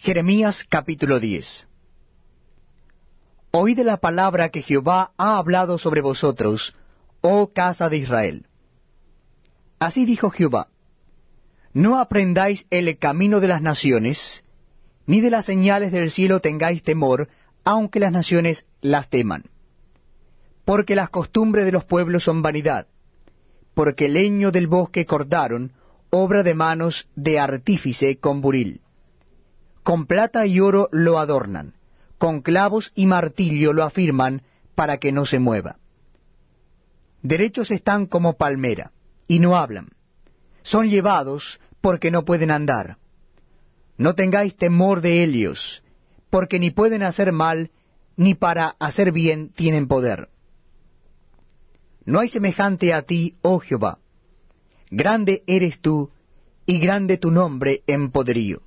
Jeremías capítulo 10. Oíd la palabra que Jehová ha hablado sobre vosotros, oh casa de Israel. Así dijo Jehová: No aprendáis el camino de las naciones, ni de las señales del cielo tengáis temor, aunque las naciones las teman. Porque las costumbres de los pueblos son vanidad, porque el leño del bosque cortaron, obra de manos de artífice con buril. Con plata y oro lo adornan, con clavos y martillo lo afirman para que no se mueva. Derechos están como palmera, y no hablan. Son llevados porque no pueden andar. No tengáis temor de ellos, porque ni pueden hacer mal, ni para hacer bien tienen poder. No hay semejante a ti, oh Jehová. Grande eres tú, y grande tu nombre en poderío.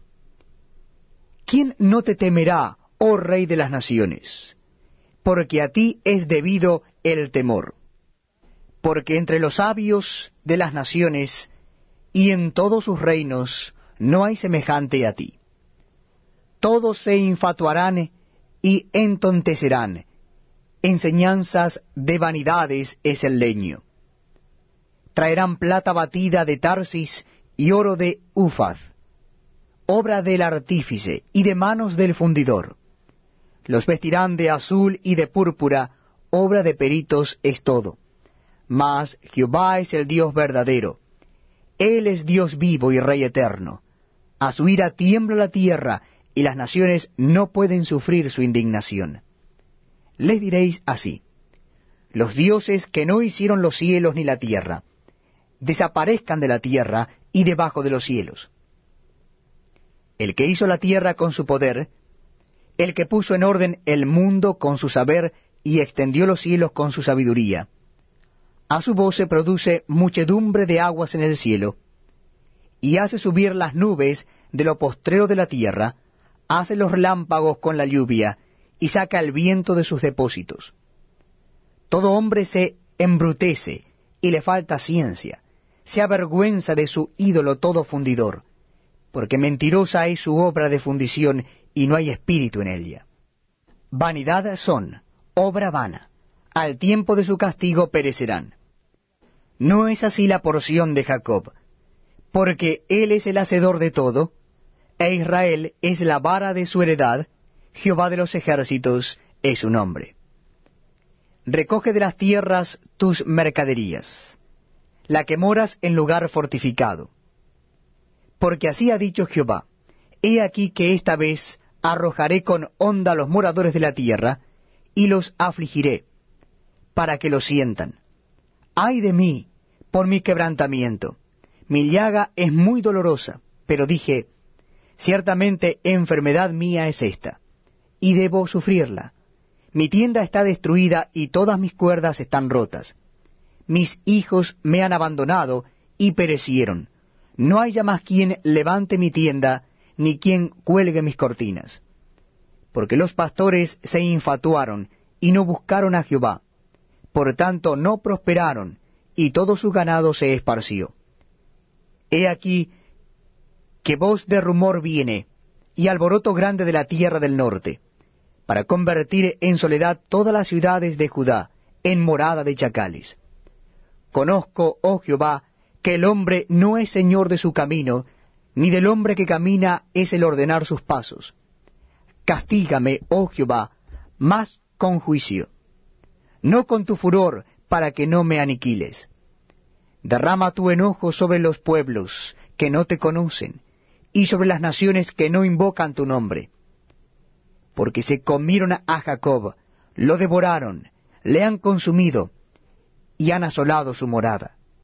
¿Quién no te temerá, oh Rey de las naciones? Porque a ti es debido el temor. Porque entre los sabios de las naciones y en todos sus reinos no hay semejante a ti. Todos se infatuarán y entontecerán. Enseñanzas de vanidades es el leño. Traerán plata batida de Tarsis y oro de Ufaz, obra del artífice y de manos del fundidor. Los vestirán de azul y de púrpura, obra de peritos es todo. Mas Jehová es el Dios verdadero. Él es Dios vivo y Rey eterno. A su ira tiembla la tierra, y las naciones no pueden sufrir su indignación. Les diréis así: los dioses que no hicieron los cielos ni la tierra, desaparezcan de la tierra y debajo de los cielos. El que hizo la tierra con su poder, el que puso en orden el mundo con su saber y extendió los cielos con su sabiduría. A su voz se produce muchedumbre de aguas en el cielo, y hace subir las nubes de lo postrero de la tierra, hace los relámpagos con la lluvia, y saca el viento de sus depósitos. Todo hombre se embrutece, y le falta ciencia, se avergüenza de su ídolo todo fundidor, porque mentirosa es su obra de fundición, y no hay espíritu en ella. Vanidad son, obra vana, al tiempo de su castigo perecerán. No es así la porción de Jacob, porque él es el hacedor de todo, e Israel es la vara de su heredad, Jehová de los ejércitos es su nombre. Recoge de las tierras tus mercaderías, la que moras en lugar fortificado. Porque así ha dicho Jehová: he aquí que esta vez arrojaré con honda a los moradores de la tierra, y los afligiré, para que lo sientan. ¡Ay de mí, por mi quebrantamiento! Mi llaga es muy dolorosa, pero dije: ciertamente enfermedad mía es esta, y debo sufrirla. Mi tienda está destruida, y todas mis cuerdas están rotas. Mis hijos me han abandonado, y perecieron. No hay ya más quien levante mi tienda, ni quien cuelgue mis cortinas. Porque los pastores se infatuaron, y no buscaron a Jehová. Por tanto no prosperaron, y todo su ganado se esparció. He aquí que voz de rumor viene, y alboroto grande de la tierra del norte, para convertir en soledad todas las ciudades de Judá, en morada de chacales. Conozco, oh Jehová, que el hombre no es señor de su camino, ni del hombre que camina es el ordenar sus pasos. Castígame, oh Jehová, mas con juicio, no con tu furor, para que no me aniquiles. Derrama tu enojo sobre los pueblos que no te conocen, y sobre las naciones que no invocan tu nombre. Porque se comieron a Jacob, lo devoraron, le han consumido, y han asolado su morada.